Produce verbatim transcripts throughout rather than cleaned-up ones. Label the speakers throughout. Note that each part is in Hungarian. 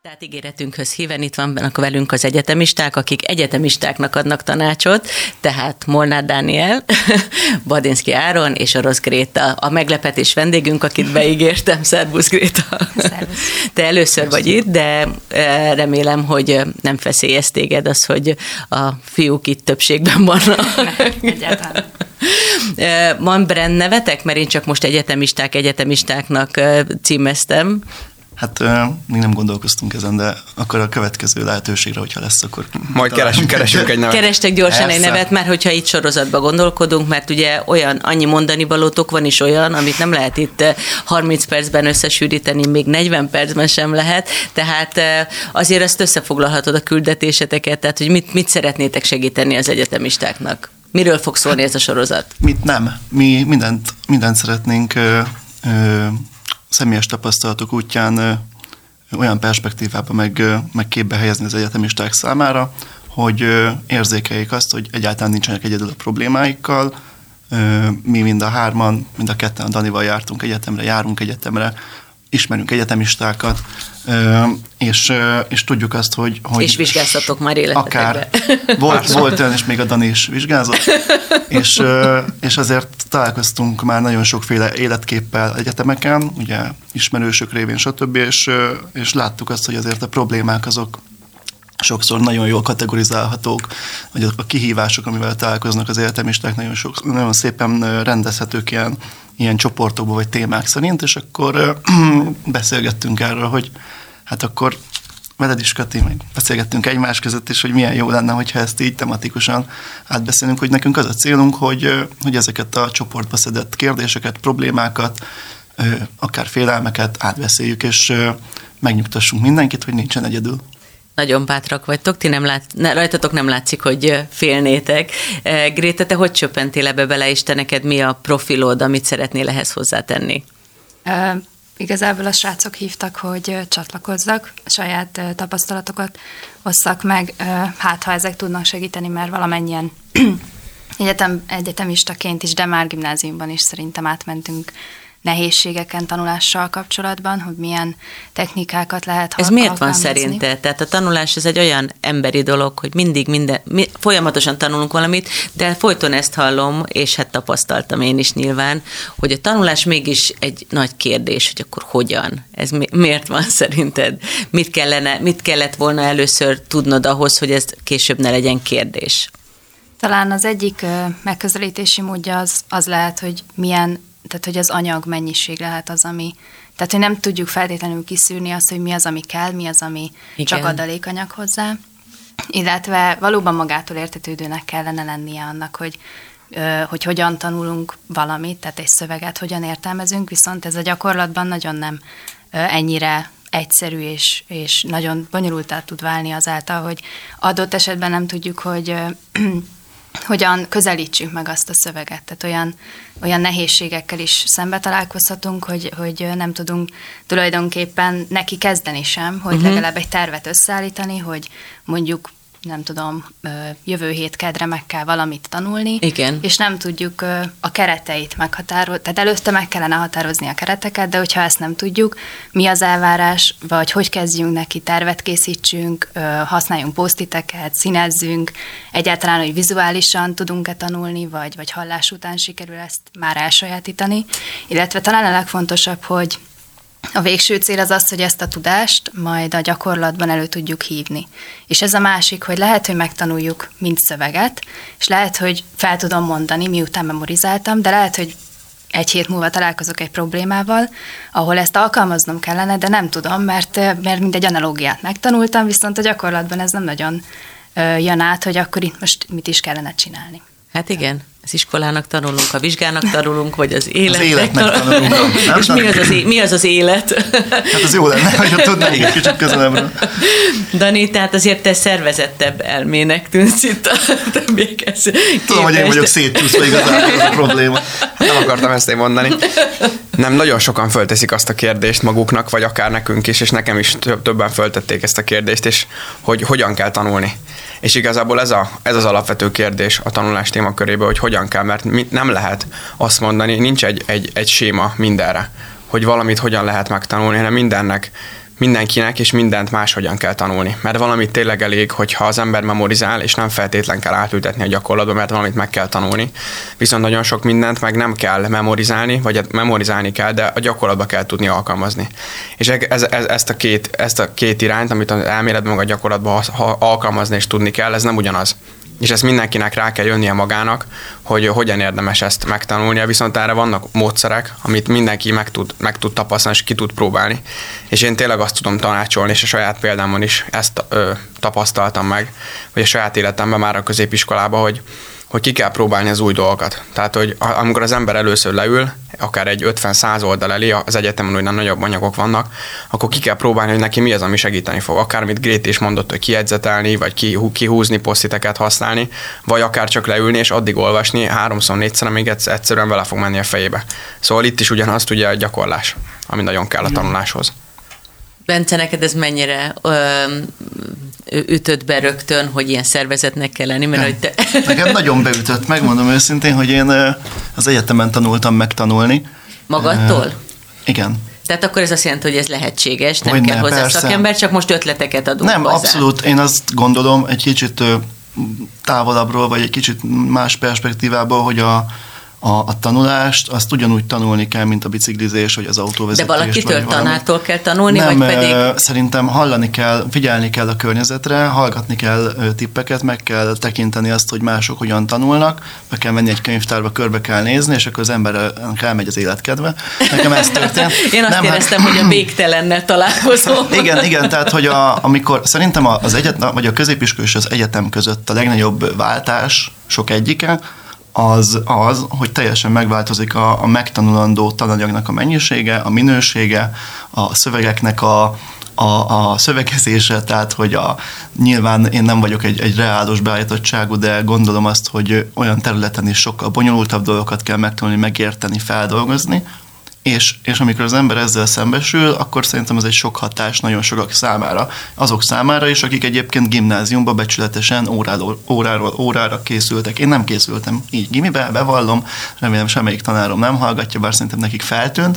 Speaker 1: Tehát ígéretünkhöz híven itt vannak velünk az egyetemisták, akik egyetemistáknak adnak tanácsot, tehát Molnár Dániel, Badinszky Áron és Orosz Gréta. A meglepetés vendégünk, akit beígértem. Szervusz, Gréta! Szervusz. Te először vagy itt, de remélem, hogy nem feszélyez téged az, hogy a fiúk itt többségben vannak.
Speaker 2: Nem, egyáltalán.
Speaker 1: Van brand nevetek? Mert én csak most egyetemisták egyetemistáknak címeztem.
Speaker 3: Hát még nem gondolkoztunk ezen, de akkor a következő lehetőségre, hogyha lesz, akkor...
Speaker 4: Majd keresünk, keresünk egy nevet.
Speaker 1: Kerestek gyorsan
Speaker 4: Persze.
Speaker 1: egy nevet, mert hogyha itt sorozatban gondolkodunk, mert ugye olyan, annyi mondani valótok van is olyan, amit nem lehet itt harminc percben összesűríteni, még negyven percben sem lehet, tehát azért azt összefoglalhatod a küldetéseteket, tehát hogy mit, mit szeretnétek segíteni az egyetemistáknak? Miről fog szólni ez a sorozat?
Speaker 3: Mit nem. Mi mindent, mindent szeretnénk ö, ö, személyes tapasztalatok útján ö, olyan perspektívába meg, ö, meg képbe helyezni az egyetemisták számára, hogy ö, érzékeljék azt, hogy egyáltalán nincsenek egyedül a problémáikkal. Ö, mi mind a hárman, mind a ketten a Danival jártunk egyetemre, járunk egyetemre, ismerünk egyetemistákat, és, és tudjuk azt, hogy... hogy
Speaker 1: és vizsgáztatok már életetekbe.
Speaker 3: Akár. Volt, volt olyan, és még a Dani is vizsgázott, és, és azért találkoztunk már nagyon sokféle életképpel egyetemeken, ugye ismerősök révén, stb., és, és láttuk azt, hogy azért a problémák azok sokszor nagyon jól kategorizálhatók, vagy a kihívások, amivel találkoznak az egyetemisták, nagyon, sok, nagyon szépen rendezhetők ilyen, ilyen csoportokba vagy témák szerint, és akkor beszélgettünk erről, hogy hát akkor veled is, Kati, meg beszélgettünk egymás között is, hogy milyen jó lenne, hogyha ezt így tematikusan átbeszélünk, hogy nekünk az a célunk, hogy, hogy ezeket a csoportba szedett kérdéseket, problémákat, akár félelmeket átbeszéljük, és megnyugtassunk mindenkit, hogy nincsen egyedül.
Speaker 1: Nagyon bátrak vagytok, ti nem lát, ne, rajtatok nem látszik, hogy félnétek. Gréta, te hogy csöppentél ebbe bele, és te neked mi a profilod, amit szeretnél ehhez hozzátenni?
Speaker 2: Uh, igazából a srácok hívtak, hogy csatlakozzak, saját uh, tapasztalatokat osszak meg, uh, hát ha ezek tudnak segíteni, mert valamennyien egyetem, egyetemistaként is, de már gimnáziumban is szerintem átmentünk nehézségeken tanulással kapcsolatban, hogy milyen technikákat lehet
Speaker 1: Ez miért van szerinted? Tehát a tanulás ez egy olyan emberi dolog, hogy mindig minden, mi, folyamatosan tanulunk valamit, de folyton ezt hallom, és hát tapasztaltam én is nyilván, hogy a tanulás mégis egy nagy kérdés, hogy akkor hogyan? Ez mi, miért van szerinted? Mit kellene, mit kellett volna először tudnod ahhoz, hogy ez később ne legyen kérdés?
Speaker 2: Talán az egyik uh, megközelítési módja az, az lehet, hogy milyen tehát, hogy az anyag mennyiség lehet az, ami... Tehát, hogy nem tudjuk feltétlenül kiszűrni azt, hogy mi az, ami kell, mi az, ami Igen. csak adalékanyag hozzá. Illetve valóban magától értetődőnek kellene lennie annak, hogy, hogy hogyan tanulunk valamit, tehát egy szöveget hogyan értelmezünk, viszont ez a gyakorlatban nagyon nem ennyire egyszerű és, és nagyon bonyolultá tud válni azáltal, hogy adott esetben nem tudjuk, hogy... hogyan közelítsünk meg azt a szöveget. Tehát olyan, olyan nehézségekkel is szembe találkozhatunk, hogy, hogy nem tudunk tulajdonképpen neki kezdeni sem, hogy uh-huh. legalább egy tervet összeállítani, hogy mondjuk nem tudom, jövő hét kedre meg kell valamit tanulni,
Speaker 1: Igen.
Speaker 2: és nem tudjuk a kereteit meghatározni. Tehát előtte meg kellene határozni a kereteket, de hogyha ezt nem tudjuk, mi az elvárás, vagy hogy kezdjünk neki, tervet készítsünk, használjunk posztiteket, színezzünk, egyáltalán, hogy vizuálisan tudunk-e tanulni, vagy, vagy hallás után sikerül ezt már elsajátítani. Illetve talán a legfontosabb, hogy a végső cél az az, hogy ezt a tudást majd a gyakorlatban elő tudjuk hívni. És ez a másik, hogy lehet, hogy megtanuljuk mind szöveget, és lehet, hogy fel tudom mondani, miután memorizáltam, de lehet, hogy egy hét múlva találkozok egy problémával, ahol ezt alkalmaznom kellene, de nem tudom, mert, mert mindegy analógiát megtanultam, viszont a gyakorlatban ez nem nagyon jön át, hogy akkor itt most mit is kellene csinálni.
Speaker 1: Hát igen. Az iskolának tanulunk, a vizsgának tanulunk, vagy az életnek,
Speaker 3: az életnek tanulunk.
Speaker 1: tanulunk. És mi az az, é- mi az az élet?
Speaker 3: Hát az jó lenne, hogyha tudnánk egy kicsit közelebbről.
Speaker 1: Dani, tehát azért te szervezettebb elmének tűnsz itt a többiekhez.
Speaker 3: Tudom, hogy én vagyok szétcsúszva igazából, ez a probléma.
Speaker 4: Hát nem akartam ezt én mondani. Nem, nagyon sokan fölteszik azt a kérdést maguknak, vagy akár nekünk is, és nekem is többen föltették ezt a kérdést, és hogy hogyan kell tanulni. És igazából ez, a, ez az alapvető kérdés a tanulás témakörében, hogy hogyan kell, mert nem lehet azt mondani, nincs egy, egy, egy séma mindenre, hogy valamit hogyan lehet megtanulni, hanem mindennek mindenkinek és mindent máshogyan kell tanulni. Mert valamit tényleg elég, hogyha az ember memorizál, és nem feltétlen kell átültetni a gyakorlatba, mert valamit meg kell tanulni. Viszont nagyon sok mindent meg nem kell memorizálni, vagy memorizálni kell, de a gyakorlatba kell tudni alkalmazni. És ez, ez, ezt, a két, ezt a két irányt, amit az elméletben meg a gyakorlatban alkalmazni és tudni kell, ez nem ugyanaz. És ezt mindenkinek rá kell jönnie magának, hogy hogyan érdemes ezt megtanulnia, viszont erre vannak módszerek, amit mindenki meg tud, meg tud tapasztalni, és ki tud próbálni. És én tényleg azt tudom tanácsolni, és a saját példámon is ezt ö, tapasztaltam meg, vagy a saját életemben már a középiskolában, hogy hogy ki kell próbálni az új dolgokat. Tehát, hogy amikor az ember először leül, akár egy ötven-száz oldal elé, az egyetemen olyan nagyobb anyagok vannak, akkor ki kell próbálni, hogy neki mi az, ami segíteni fog. Akármit Gréti is mondott, hogy kijegyzetelni, vagy kihúzni, posztiteket használni, vagy akár csak leülni és addig olvasni, háromszor, négyszer, amíg egyszerűen vele fog menni a fejébe. Szóval itt is ugyanazt ugye a gyakorlás, ami nagyon kell a tanuláshoz.
Speaker 1: Bence, neked ez mennyire ö, ütött be rögtön, hogy ilyen szervezetnek kell lenni? Mert hogy te...
Speaker 3: Nekem nagyon beütött, megmondom őszintén, hogy én az egyetemen tanultam megtanulni.
Speaker 1: Magadtól?
Speaker 3: Uh, igen.
Speaker 1: Tehát akkor ez azt jelenti, hogy ez lehetséges, nem
Speaker 3: Hogyne,
Speaker 1: kell hozzá
Speaker 3: persze.
Speaker 1: szakember, csak most ötleteket adunk
Speaker 3: Nem,
Speaker 1: hozzá.
Speaker 3: abszolút. Én azt gondolom egy kicsit távolabbról, vagy egy kicsit más perspektívából, hogy a A, a tanulást, azt ugyanúgy tanulni kell, mint a biciklizés, vagy az autóvezetés.
Speaker 1: De valakitől, tanártól kell tanulni,
Speaker 3: nem,
Speaker 1: vagy pedig...
Speaker 3: Szerintem hallani kell, figyelni kell a környezetre, hallgatni kell tippeket, meg kell tekinteni azt, hogy mások hogyan tanulnak, meg kell menni egy könyvtárba, körbe kell nézni, és akkor az embernek elmegy az életkedve. Nekem ez történt.
Speaker 1: Én azt
Speaker 3: nem,
Speaker 1: éreztem,
Speaker 3: hát...
Speaker 1: hogy a végtelennel találkozom.
Speaker 3: igen, igen, tehát hogy a, amikor szerintem az egyetem, vagy a középiskola és az egyetem között a legnagyobb váltás, sok egyike, az az, hogy teljesen megváltozik a, a megtanulandó tananyagnak a mennyisége, a minősége, a szövegeknek a, a, a szövegezése, tehát hogy a, nyilván én nem vagyok egy, egy reálos beállítottságú, de gondolom azt, hogy olyan területen is sokkal bonyolultabb dolgokat kell megtanulni, megérteni, feldolgozni, És, és amikor az ember ezzel szembesül, akkor szerintem ez egy sok hatás nagyon sokak számára. Azok számára is, akik egyébként gimnáziumba becsületesen óráról, óráról órára készültek. Én nem készültem így gimibe, bevallom, remélem semmelyik tanárom nem hallgatja, bár szerintem nekik feltűnt.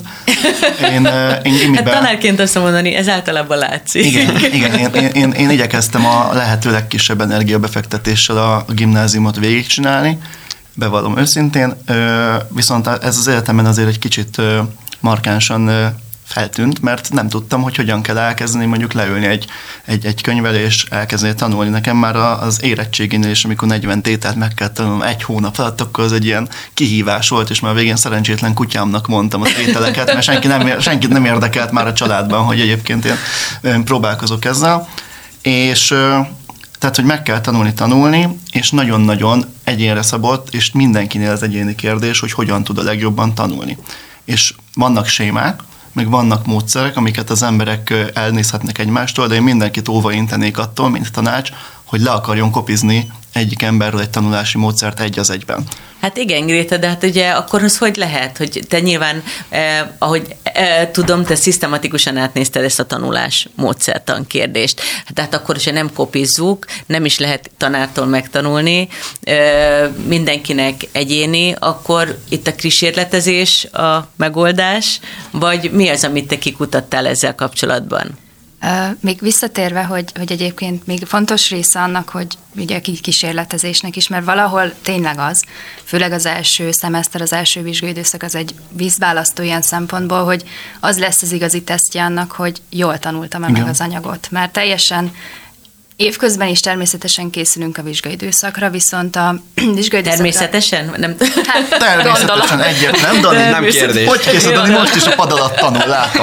Speaker 3: Én, én gimibe...
Speaker 1: Hát tanárként azt mondani, ez általában látszik.
Speaker 3: Igen, igen én, én, én, én igyekeztem a lehető legkisebb energiabefektetéssel a gimnáziumot végigcsinálni, bevallom őszintén, viszont ez az életemben azért egy kicsit markánsan feltűnt, mert nem tudtam, hogy hogyan kell elkezdeni mondjuk leülni egy, egy, egy könyvvel és elkezdeni tanulni. Nekem már az érettségénél is, amikor negyven tételt meg kell tanulnom egy hónap alatt, akkor az egy ilyen kihívás volt, és már végén szerencsétlen kutyámnak mondtam a tételeket, mert senki nem, senki nem érdekelt már a családban, hogy egyébként én, én próbálkozok ezzel. És tehát, hogy meg kell tanulni, tanulni, és nagyon-nagyon egyénre szabott, és mindenkinél az egyéni kérdés, hogy hogyan tud a legjobban tanulni. És vannak sémák, meg vannak módszerek, amiket az emberek elnézhetnek egymástól, de én mindenkit óva intenék attól, mint tanács, hogy le akarjon kopizni egyik emberről egy tanulási módszert egy az egyben.
Speaker 1: Hát igen, Gréta, de hát ugye akkor az hogy lehet, hogy te nyilván, eh, ahogy eh, tudom, te szisztematikusan átnézted ezt a tanulás módszertan kérdést. Tehát akkor, hogyha nem kopizzuk, nem is lehet tanártól megtanulni, eh, mindenkinek egyéni, akkor itt a kísérletezés a megoldás, vagy mi az, amit te kikutattál ezzel kapcsolatban?
Speaker 2: Még visszatérve, hogy, hogy egyébként még fontos része annak, hogy ugye kísérletezésnek is, mert valahol tényleg az, főleg az első szemeszter, az első vizsgaidőszak az egy vízválasztó ilyen szempontból, hogy az lesz az igazi tesztje annak, hogy jól tanultam-e meg az anyagot. Mert teljesen évközben is természetesen készülünk a vizsgaidőszakra, viszont a vizsgaidőszakra...
Speaker 1: Természetesen? Nem.
Speaker 2: Hát,
Speaker 3: természetesen egyet, nem, Dani?
Speaker 4: Nem kérdés.
Speaker 3: Hogy készül, Dani? Most is a pad alatt tanul, látom.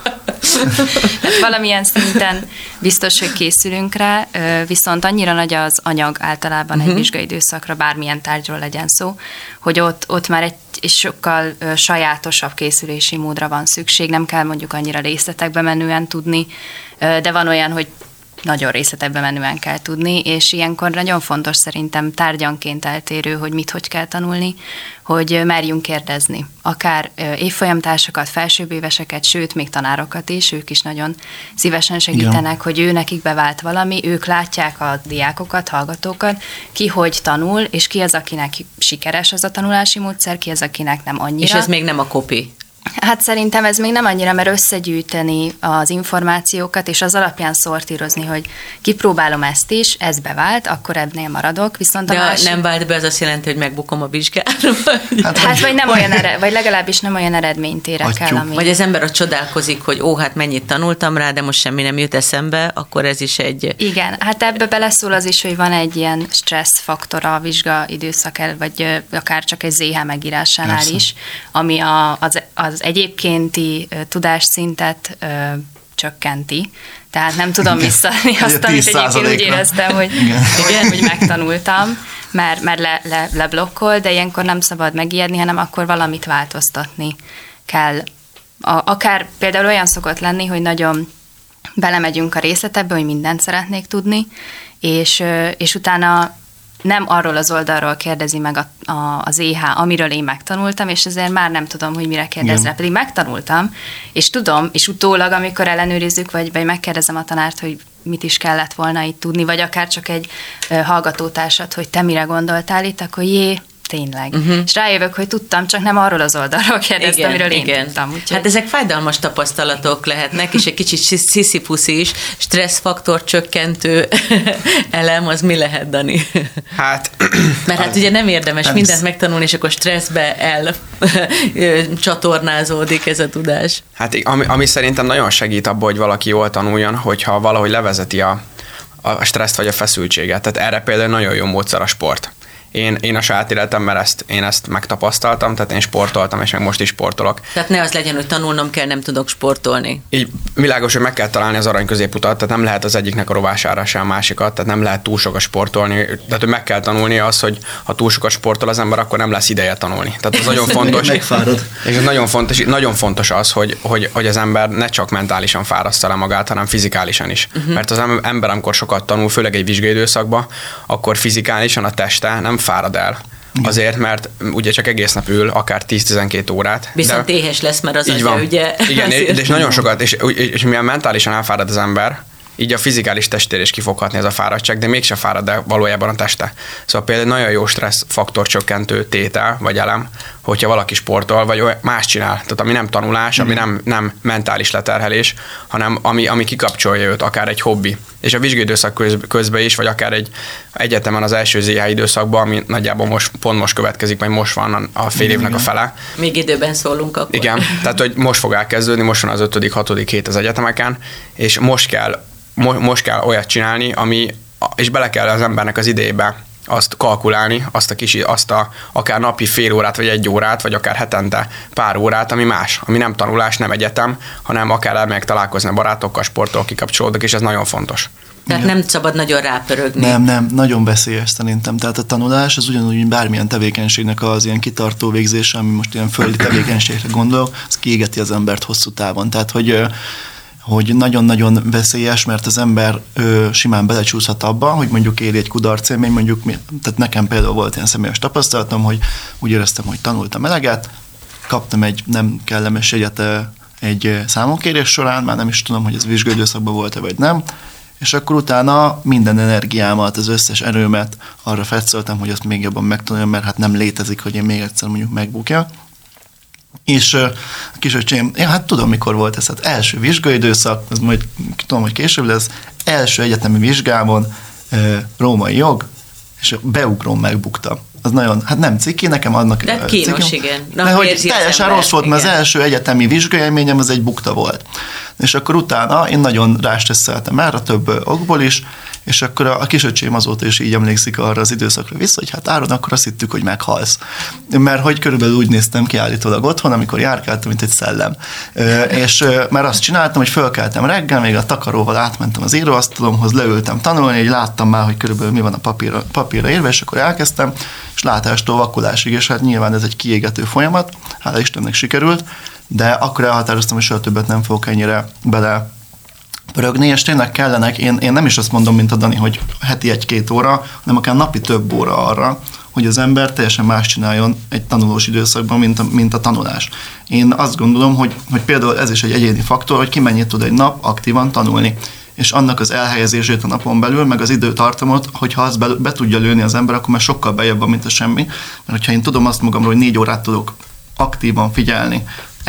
Speaker 2: Hát valamilyen szinten biztos, hogy készülünk rá, viszont annyira nagy az anyag általában uh-huh. egy vizsgai időszakra, bármilyen tárgyról legyen szó, hogy ott, ott már egy és sokkal sajátosabb készülési módra van szükség, nem kell mondjuk annyira részletekbe menően tudni, de van olyan, hogy nagyon részletekbe menően kell tudni, és ilyenkor nagyon fontos szerintem tárgyanként eltérő, hogy mit, hogy kell tanulni, hogy merjünk kérdezni. Akár évfolyamtársakat, felsőbb éveseket, sőt, még tanárokat is, ők is nagyon szívesen segítenek, ja. hogy ő nekik bevált valami, ők látják a diákokat, hallgatókat, ki hogy tanul, és ki az, akinek sikeres az a tanulási módszer, ki az, akinek nem annyira.
Speaker 1: És ez még nem a kopi.
Speaker 2: Hát szerintem ez még nem annyira, mert összegyűjteni az információkat, és az alapján szortírozni, hogy kipróbálom ezt is, ez bevált, akkor ebnél maradok, viszont a
Speaker 1: De
Speaker 2: másik...
Speaker 1: nem vált be, az azt jelenti, hogy megbukom a vizsgára? Vagy...
Speaker 2: Hát, hát vagy, nem olyan ered, vagy legalábbis nem olyan eredményt érek el, ami...
Speaker 1: Vagy az ember ott csodálkozik, hogy ó, hát mennyit tanultam rá, de most semmi nem jut eszembe, akkor ez is egy...
Speaker 2: Igen, hát ebbe beleszól az is, hogy van egy ilyen stressz faktor a vizsga időszak el, vagy akár csak egy zé há megírásánál Persze. is, ami a, az, az egyébkénti uh, tudásszintet uh, csökkenti. Tehát nem tudom visszaadni azt, amit egyébként úgy éreztem, hogy, hogy, hogy megtanultam, mert, mert le, le, leblokkol, de ilyenkor nem szabad megijedni, hanem akkor valamit változtatni kell. A, akár például olyan szokott lenni, hogy nagyon belemegyünk a részletekbe, hogy mindent szeretnék tudni, és, és utána nem arról az oldalról kérdezi meg a, a, az é há, amiről én megtanultam, és ezért már nem tudom, hogy mire kérdez rá. Pedig megtanultam, és tudom, és utólag, amikor ellenőrizzük, vagy, vagy megkérdezem a tanárt, hogy mit is kellett volna itt tudni, vagy akár csak egy uh, hallgatótársat, hogy te mire gondoltál itt, akkor jé, tényleg. Uh-huh. És rájövök, hogy tudtam, csak nem arról az oldalról kérdeztem, amiről én igen. tudtam. Úgyhogy...
Speaker 1: Hát ezek fájdalmas tapasztalatok lehetnek, és egy kicsit sziszipuszi is, stresszfaktor csökkentő elem, az mi lehet, Dani?
Speaker 4: Hát...
Speaker 1: Mert hát ugye nem érdemes nem mindent megtanulni, és akkor stresszbe el csatornázódik ez a tudás.
Speaker 4: Hát ami, ami szerintem nagyon segít abban, hogy valaki jól tanuljon, hogyha valahogy levezeti a, a stresszt vagy a feszültséget. Tehát erre például nagyon jó módszer a sport. Én, én a saját életemben ezt, én ezt megtapasztaltam, tehát én sportoltam, és meg most is sportolok.
Speaker 1: Tehát ne az legyen, hogy tanulnom kell, nem tudok sportolni.
Speaker 4: Így világos, hogy meg kell találni az arany középutat, tehát nem lehet az egyiknek a rovására sem a másikat, tehát nem lehet túl sokat sportolni, tehát hogy meg kell tanulni az, hogy ha túl sokat sportol az ember, akkor nem lesz ideje tanulni. Tehát ez nagyon fontos.
Speaker 3: Megfárad.
Speaker 4: És ez nagyon fontos, nagyon fontos az, hogy, hogy, hogy az ember ne csak mentálisan fáraszta le magát, hanem fizikálisan is. Uh-huh. Mert az ember, amikor sokat tanul, főleg egy vizsgai időszakban, akkor fizikálisan a teste nem fárad el. Azért, mert ugye csak egész nap ül, akár tíz-tizenkét órát.
Speaker 1: Viszont de éhes lesz, mert az
Speaker 4: így
Speaker 1: agya,
Speaker 4: van.
Speaker 1: ugye?
Speaker 4: Igen, és nagyon sokat, és, és mivel mentálisan elfárad az ember, így a fizikális testére is ki fog hatni ez a fáradtság, de mégse fárad el valójában a teste. Szóval például nagyon jó stressz faktor csökkentő tétel, vagy elem, hogyha valaki sportol, vagy más csinál. Tehát ami nem tanulás, ami nem, nem mentális leterhelés, hanem ami, ami kikapcsolja őt, akár egy hobbi. És a vizsgai időszak köz, közben is, vagy akár egy egyetemen az első zé há időszakban, ami nagyjából most, pont most következik, vagy most van a fél évnek a fele.
Speaker 1: Még időben szólunk akkor.
Speaker 4: Igen, tehát hogy most fog elkezdődni, most van az ötödik, hatodik hét az egyetemeken, és most kell most kell olyat csinálni, ami, és bele kell az embernek az idejébe azt kalkulálni, azt a kis, azt a akár napi fél órát, vagy egy órát, vagy akár hetente pár órát, ami más, ami nem tanulás, nem egyetem, hanem akár elmegyek találkozni a barátokkal, sporttól kikapcsolódok, és ez nagyon fontos.
Speaker 1: Tehát nem szabad nagyon rápörögni.
Speaker 3: Nem, nem, nagyon veszélyes szerintem. Tehát a tanulás az ugyanúgy, mint bármilyen tevékenységnek az ilyen kitartó végzése, ami most ilyen földi tevékenységre gondolok, az kiégeti az embert hosszú távon. Tehát, hogy hogy nagyon-nagyon veszélyes, mert az ember ö, simán belecsúszhat abba, hogy mondjuk éri egy kudarcélmény, mondjuk, tehát nekem például volt ilyen személyes tapasztalatom, hogy úgy éreztem, hogy tanultam eleget, kaptam egy nem kellemes jegyet egy számonkérés során, már nem is tudom, hogy ez vizsgai időszakban volt-e vagy nem, és akkor utána minden energiámat, az összes erőmet arra fetszöltem, hogy azt még jobban megtanuljam, mert hát nem létezik, hogy én még egyszer mondjuk megbukja. És a kisöcsém, én hát tudom, mikor volt ez, hát első vizsgai időszak, az majd tudom, hogy később lesz, első egyetemi vizsgában római jog, és beugrom megbuktam. Az nagyon, hát nem ciki, nekem adnak...
Speaker 1: De kínos, cikim, igen. Na,
Speaker 3: de hogy teljesen rossz volt, mert az első egyetemi vizsgaélményem az egy bukta volt. És akkor utána én nagyon rástresszeltem erre, több okból is, és akkor a, a kisöcsém azóta is így emlékszik arra az időszakra vissza, hogy hát Áron, akkor azt hittük, hogy meghalsz. Mert hogy körülbelül úgy néztem ki állítólag otthon, amikor járkáltam, mint egy szellem. E, és már azt csináltam, hogy fölkeltem reggel, még a takaróval átmentem az íróasztalomhoz, leültem tanulni, hogy láttam már, hogy körülbelül mi van a papírra, papírra írva, és akkor elkezdtem, és látástól vakulásig, és hát nyilván ez egy kiégető folyamat, hála Istennek sikerült, de akkor elhatároztam, hogy soha többet nem fogok ennyire bele pörögni, és tényleg kellenek, én, én nem is azt mondom, mint a Dani, hogy heti egy-két óra, hanem akár napi több óra arra, hogy az ember teljesen más csináljon egy tanulós időszakban, mint a, mint a tanulás. Én azt gondolom, hogy, hogy például ez is egy egyéni faktor, hogy ki mennyit tud egy nap aktívan tanulni, és annak az elhelyezését a napon belül, meg az időtartamot, hogyha azt be, be tudja lőni az ember, akkor már sokkal bejebb van, mint a semmi. Mert hogyha én tudom azt magamról, hogy négy órát tudok aktívan figyelni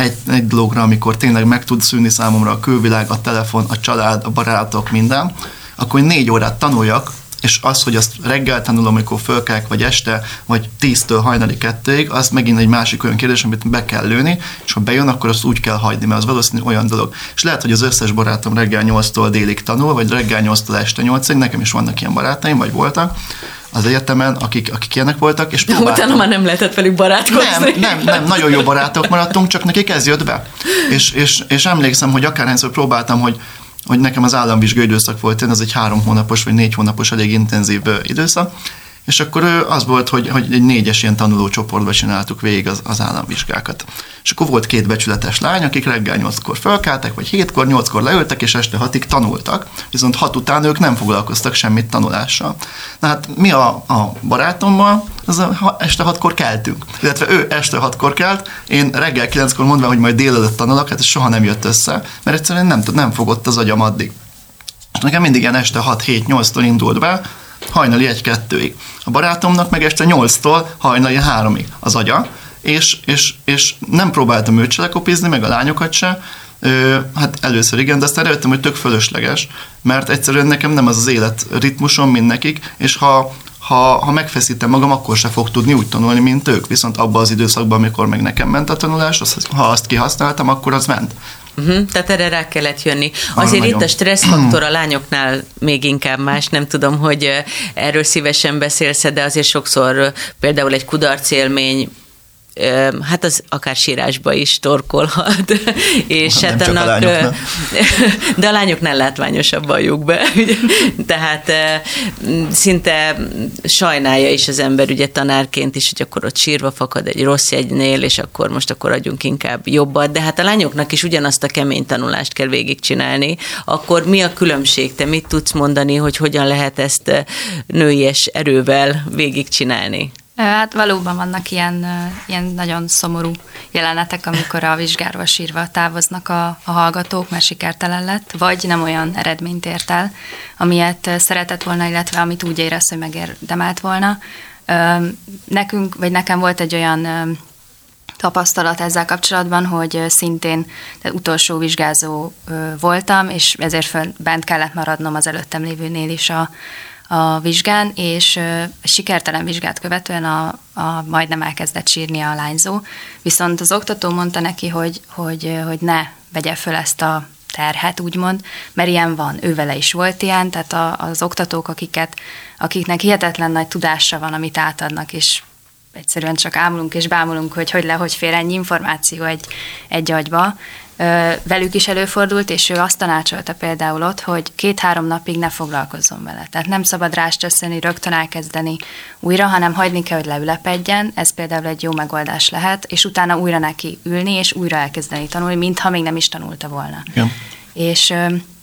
Speaker 3: egy, egy dologra, amikor tényleg meg tud szűnni számomra a külvilág, a telefon, a család, a barátok, minden, akkor négy órát tanuljak, és az, hogy azt reggel tanulom, amikor fölkelek, vagy este, vagy tíztől hajnali kettőig, az megint egy másik olyan kérdés, amit be kell lőni, és ha bejön, akkor azt úgy kell hagyni, mert az valószínűleg olyan dolog. És lehet, hogy az összes barátom reggel nyolctól délig tanul, vagy reggel nyolctól este nyolcig, nekem is vannak ilyen barátaim, vagy voltak az egyetemen, akik, akik ilyenek voltak, és próbáltam.
Speaker 1: Utána már nem lehetett velük barátkozni.
Speaker 3: Nem, nem, nem, nagyon jó barátok maradtunk, csak nekik ez jött be. És, és, és emlékszem, hogy akárhányszor próbáltam, hogy hogy nekem az államvizsgai időszak volt, ez egy három hónapos vagy négy hónapos elég intenzív időszak, és akkor az volt, hogy, hogy egy négyes ilyen tanulócsoportban csináltuk végig az, az államvizsgákat. És akkor volt két becsületes lány, akik reggel nyolckor fölkeltek, vagy hétkor, nyolckor leültek, és este hatig tanultak, viszont hat után ők nem foglalkoztak semmit tanulással. Na hát mi a, a barátommal, az a, este hatkor keltünk. Illetve ő este hatkor kelt, én reggel kilenckor mondva, hogy majd délelőtt tanulok, hát ez soha nem jött össze, mert egyszerűen nem, nem fogott az agyam addig. És nekem mindig ilyen este hat hét nyolctól indult be, hajnali egy-kettőig. A barátomnak meg este nyolctól hajnali háromig az agya, és, és, és nem próbáltam őt se lekopizni, meg a lányokat se, Ö, hát először igen, de aztán rájöttem, hogy tök fölösleges, mert egyszerűen nekem nem az az élet ritmusom, mint nekik, és ha, ha, ha megfeszítem magam, akkor se fog tudni úgy tanulni, mint ők. Viszont abban az időszakban, amikor meg nekem ment a tanulás, az, ha azt kihasználtam, akkor az ment.
Speaker 1: Uh-huh, tehát erre rá kellett jönni. Azért itt a stresszfaktor a lányoknál még inkább más, nem tudom, hogy erről szívesen beszélsz, de azért sokszor például egy kudarcélmény, hát az akár sírásba is torkolhat. És
Speaker 3: nem
Speaker 1: hát
Speaker 3: csak
Speaker 1: annak,
Speaker 3: a lányoknál.
Speaker 1: De a lányoknál látványosabb valljuk be. Tehát szinte sajnálja is az ember ugye tanárként is, hogy akkor ott sírva fakad egy rossz jegynél, és akkor most akkor adjunk inkább jobbat. De hát a lányoknak is ugyanazt a kemény tanulást kell végigcsinálni. Akkor mi a különbség? Te mit tudsz mondani, hogy hogyan lehet ezt nőies erővel végigcsinálni?
Speaker 2: Hát valóban vannak ilyen, ilyen nagyon szomorú jelenetek, amikor a vizsgáról sírva távoznak a, a hallgatók, mert sikertelen lett, vagy nem olyan eredményt ért el, amilyet szeretett volna, illetve amit úgy érez, hogy megérdemelt volna. Nekünk, vagy nekem volt egy olyan tapasztalat ezzel kapcsolatban, hogy szintén utolsó vizsgázó voltam, és ezért föl, bent kellett maradnom az előttem lévőnél is a a vizsgán, és a sikertelen vizsgát követően a, a majdnem elkezdett sírni a lányzó. Viszont az oktató mondta neki, hogy, hogy, hogy ne vegye föl ezt a terhet, úgymond, mert ilyen van. Ő vele is volt ilyen, tehát a, az oktatók, akiket, akiknek hihetetlen nagy tudásra van, amit átadnak, és egyszerűen csak ámulunk és bámulunk, hogy hogy le, hogy fér ennyi információ egy, egy agyba. Velük is előfordult, és ő azt tanácsolta például ott, hogy két-három napig ne foglalkozzon vele. Tehát nem szabad rástösszeni, rögtön elkezdeni újra, hanem hagyni kell, hogy leülepedjen. Ez például egy jó megoldás lehet, és utána újra neki ülni, és újra elkezdeni tanulni, mintha még nem is tanulta volna. Igen. És...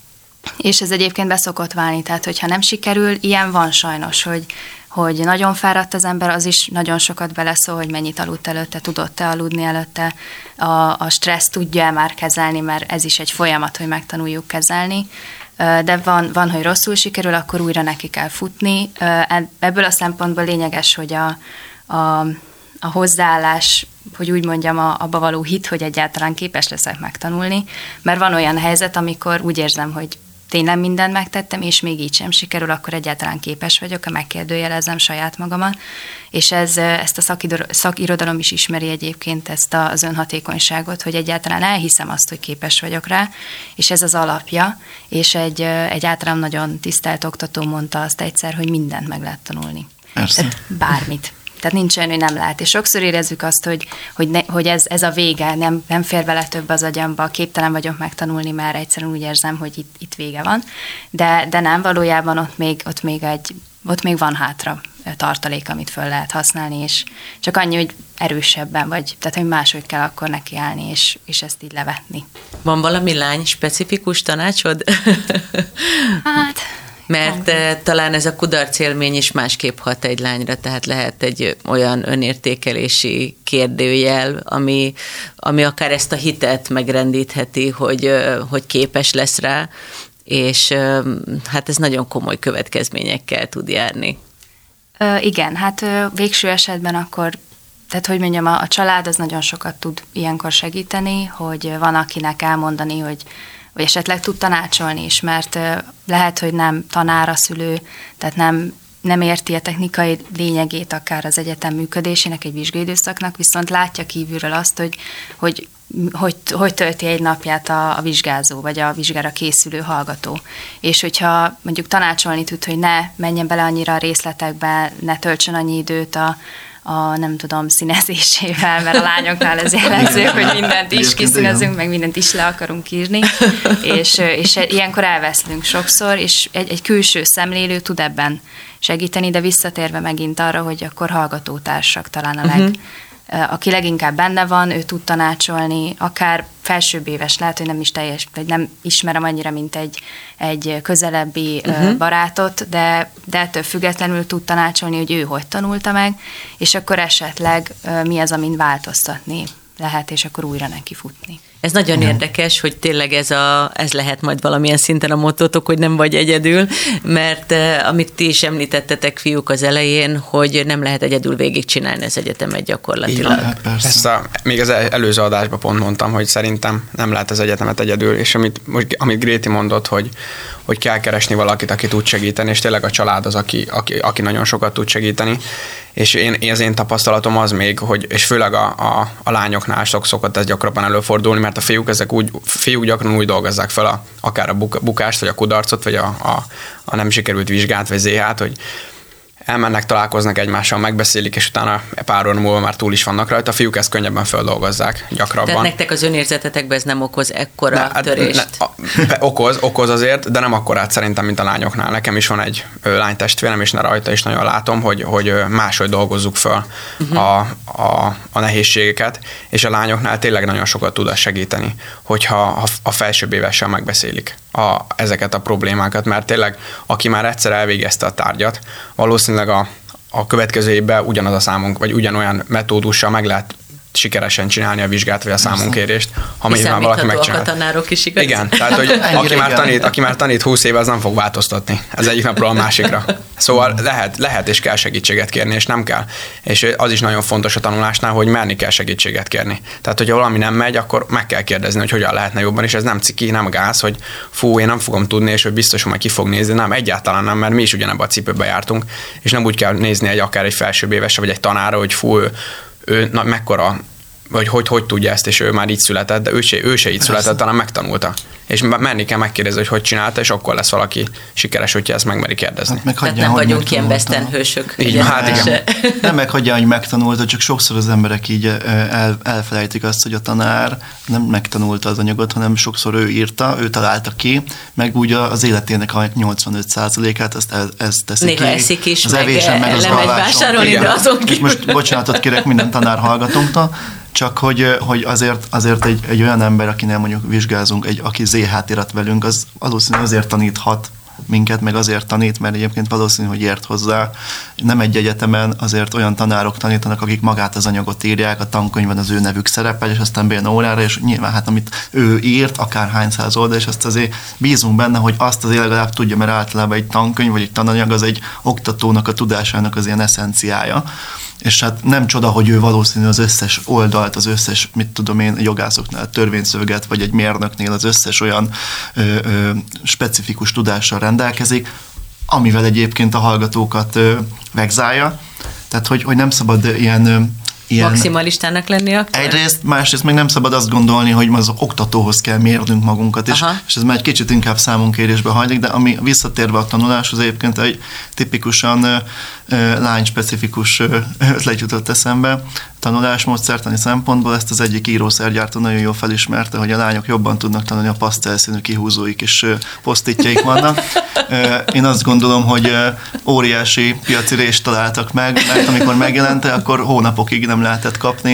Speaker 2: És ez egyébként beszokott válni, tehát hogyha nem sikerül, ilyen van sajnos, hogy, hogy nagyon fáradt az ember, az is nagyon sokat beleszól, hogy mennyit aludt előtte, tudott-e aludni előtte, a, a stressz tudja már kezelni, mert ez is egy folyamat, hogy megtanuljuk kezelni, de van, van, hogy rosszul sikerül, akkor újra neki kell futni. Ebből a szempontból lényeges, hogy a, a, a hozzáállás, hogy úgy mondjam, a, abba való hit, hogy egyáltalán képes leszek megtanulni, mert van olyan helyzet, amikor úgy érzem, hogy tényleg mindent megtettem, és még így sem sikerül, akkor egyáltalán képes vagyok, ha megkérdőjelezem saját magamat, és ez, ezt a szakirodalom is ismeri egyébként, ezt az önhatékonyságot, hogy egyáltalán elhiszem azt, hogy képes vagyok rá, és ez az alapja, és egy, egy általán nagyon tisztelt oktató mondta azt egyszer, hogy mindent meg lehet tanulni.
Speaker 3: Persze.
Speaker 2: Bármit. Tehát nincs olyan, hogy nem lehet. És sokszor érezzük azt, hogy, hogy, ne, hogy ez, ez a vége, nem, nem fér bele több az agyamba, képtelen vagyok megtanulni, mert egyszerűen úgy érzem, hogy itt, itt vége van. De, de nem, valójában ott még, ott, még egy, ott még van hátra tartalék, amit föl lehet használni, és csak annyi, hogy erősebben vagy, tehát hogy máshogy kell akkor nekiállni, és, és ezt így levetni.
Speaker 1: Van valami lány specifikus tanácsod?
Speaker 2: Hát...
Speaker 1: Mert talán ez a kudarcélmény is másképp hat egy lányra, tehát lehet egy olyan önértékelési kérdőjel, ami, ami akár ezt a hitet megrendítheti, hogy, hogy képes lesz rá, és hát ez nagyon komoly következményekkel tud járni.
Speaker 2: Ö, igen, hát végső esetben akkor tehát hogy mondjam, a, a család az nagyon sokat tud ilyenkor segíteni, hogy van akinek elmondani, hogy vagy esetleg tud tanácsolni is, mert lehet, hogy nem tanár a szülő, tehát nem, nem érti a technikai lényegét akár az egyetem működésének, egy vizsgaidőszaknak, viszont látja kívülről azt, hogy, hogy Hogy, hogy tölti egy napját a, a vizsgázó, vagy a vizsgára készülő hallgató. És hogyha mondjuk tanácsolni tud, hogy ne menjen bele annyira a részletekbe, ne töltsön annyi időt a, a nem tudom, színezésével, mert a lányoknál ez jellemző, hogy mindent is kiszínezünk, meg mindent is le akarunk írni, és, és ilyenkor elveszlünk sokszor, és egy, egy külső szemlélő tud ebben segíteni, de visszatérve megint arra, hogy akkor hallgatótársak talán a leg, uh-huh. aki leginkább benne van, ő tud tanácsolni, akár felsőbb éves, lehet, hogy nem is teljes, vagy nem ismerem annyira, mint egy, egy közelebbi uh-huh. barátot, de, de ettől függetlenül tud tanácsolni, hogy ő hogy tanulta meg, és akkor esetleg mi az, amin változtatni lehet, és akkor újra neki futni.
Speaker 1: Ez nagyon ja. érdekes, hogy tényleg ez, a, ez lehet majd valamilyen szinten a mottótok, hogy nem vagy egyedül, mert eh, amit ti is említettetek, fiúk, az elején, hogy nem lehet egyedül végigcsinálni az egyetemet gyakorlatilag.
Speaker 3: Igen, persze.
Speaker 4: Ezt a, még az előző adásban pont mondtam, hogy szerintem nem lehet az egyetemet egyedül, és amit, most, amit Gréti mondott, hogy, hogy kell keresni valakit, aki tud segíteni, és tényleg a család az, aki, aki, aki nagyon sokat tud segíteni, és én, én az én tapasztalatom az még, hogy, és főleg a, a, a lányoknál sok szokott ez gyakrabban előfordulni, mert a fiúk, ezek úgy, fiúk gyakran úgy dolgozzák fel a, akár a bukást, vagy a kudarcot, vagy a, a, a nem sikerült vizsgát, vagy zé há-t, hogy elmennek, találkoznak egymással, megbeszélik, és utána pár óra múlva már túl is vannak rajta. A fiúk ezt könnyebben feldolgozzák, gyakrabban.
Speaker 1: Tehát nektek az önérzetetekben ez nem okoz ekkora ne, törést? Ne,
Speaker 4: a, okoz, okoz azért, de nem akkorát szerintem, mint a lányoknál. Nekem is van egy lánytestvérem, és ne rajta is nagyon látom, hogy, hogy máshogy dolgozzuk föl uh-huh. a, a, a nehézségeket, és a lányoknál tényleg nagyon sokat tud segíteni, hogyha a felsőbb évessel megbeszélik a, ezeket a problémákat, mert tényleg, aki már egyszer elvégezte a tárgyat, valószínűleg a, a következő évben ugyanaz a számunk, vagy ugyanolyan metódussal meg lehet sikeresen csinálni a vizsgát, vagy a számunkérést, ha már valaki megcsinál.
Speaker 1: A tanárok is igaz.
Speaker 4: Igen, tehát hogy aki már, tanít, aki már tanít húsz éve, az nem fog változtatni. Ez egyik napról a másikra. Szóval lehet, lehet és kell segítséget kérni, és nem kell. És az is nagyon fontos a tanulásnál, hogy merni kell segítséget kérni. Tehát, hogyha valami nem megy, akkor meg kell kérdezni, hogy hogyan lehetne jobban, és ez nem ciki, nem gáz, hogy fú, én nem fogom tudni, és hogy biztos, hogy majd ki fog nézni. Nem, egyáltalán nem, mert mi is ugyanebben a cipőbe jártunk, és nem úgy kell nézni egy akár egy felsőbb évesre, vagy egy tanára, hogy fú, ő, ő na, mekkora, vagy hogy, hogy tudja ezt, és ő már így született, de ő se, ő se így született, talán megtanulta. És menni kell megkérdezni, hogy hogy csinálta, és akkor lesz valaki sikeres, hogyha ezt megmeri kérdezni. Hát
Speaker 1: meg hagyján, tehát nem vagyunk ilyen westernhősök.
Speaker 4: Így van, hát igen.
Speaker 3: Nem meghagyja, hogy megtanulta, csak sokszor az emberek így el, elfelejtik azt, hogy a tanár nem megtanulta az anyagot, hanem sokszor ő írta, ő találta ki, meg úgy az életének a nyolcvanöt százalékát ezt, ezt teszi
Speaker 1: néha
Speaker 3: ki.
Speaker 1: Néha eszik is,
Speaker 3: az
Speaker 1: meg
Speaker 3: evésen, meg az
Speaker 1: lemegy vásárolni, de azon kívül.
Speaker 3: Most bocsánatot kérek minden tanár hallgatónktól, csak hogy, hogy azért, azért egy, egy olyan ember, akinél mondjuk vizsgázunk, egy, aki zé há-t írat velünk, az valószínűleg azért taníthat minket, meg azért tanít, mert egyébként valószínű, hogy ért hozzá. Nem egy egyetemen azért olyan tanárok tanítanak, akik magát az anyagot írják, a tankönyvben az ő nevük szerepel, és aztán bejön órára, és nyilván hát amit ő írt, akár hány száz oldal, és azt azért bízunk benne, hogy azt azért legalább tudja, mert általában egy tankönyv vagy egy tananyag az egy oktatónak a tudásának az ilyen eszenciája. És hát nem csoda, hogy ő valószínű az összes oldalt, az összes, mit tudom én, jogászoknál törvényszöveget, vagy egy mérnöknél az összes olyan ö, ö, specifikus tudással rendelkezik, amivel egyébként a hallgatókat ö, vegzálja. Tehát, hogy, hogy nem szabad ilyen... Ö, Ilyen,
Speaker 1: maximalistának lenni akkor?
Speaker 3: Egyrészt, másrészt meg nem szabad azt gondolni, hogy az oktatóhoz kell mérnünk magunkat, és, és ez már egy kicsit inkább számunkérésbe hajlik, de ami visszatérve a tanuláshoz egyébként egy tipikusan ö, ö, lányspecifikus ötlet jutott eszembe, tanulásmódszertani szempontból ezt az egyik írószergyártó nagyon jól felismerte, hogy a lányok jobban tudnak tanulni, a pasztelszínű kihúzóik és posztitjaik vannak. Én azt gondolom, hogy óriási piaci rést találtak meg, mert amikor megjelente, akkor hónapokig nem lehetett kapni.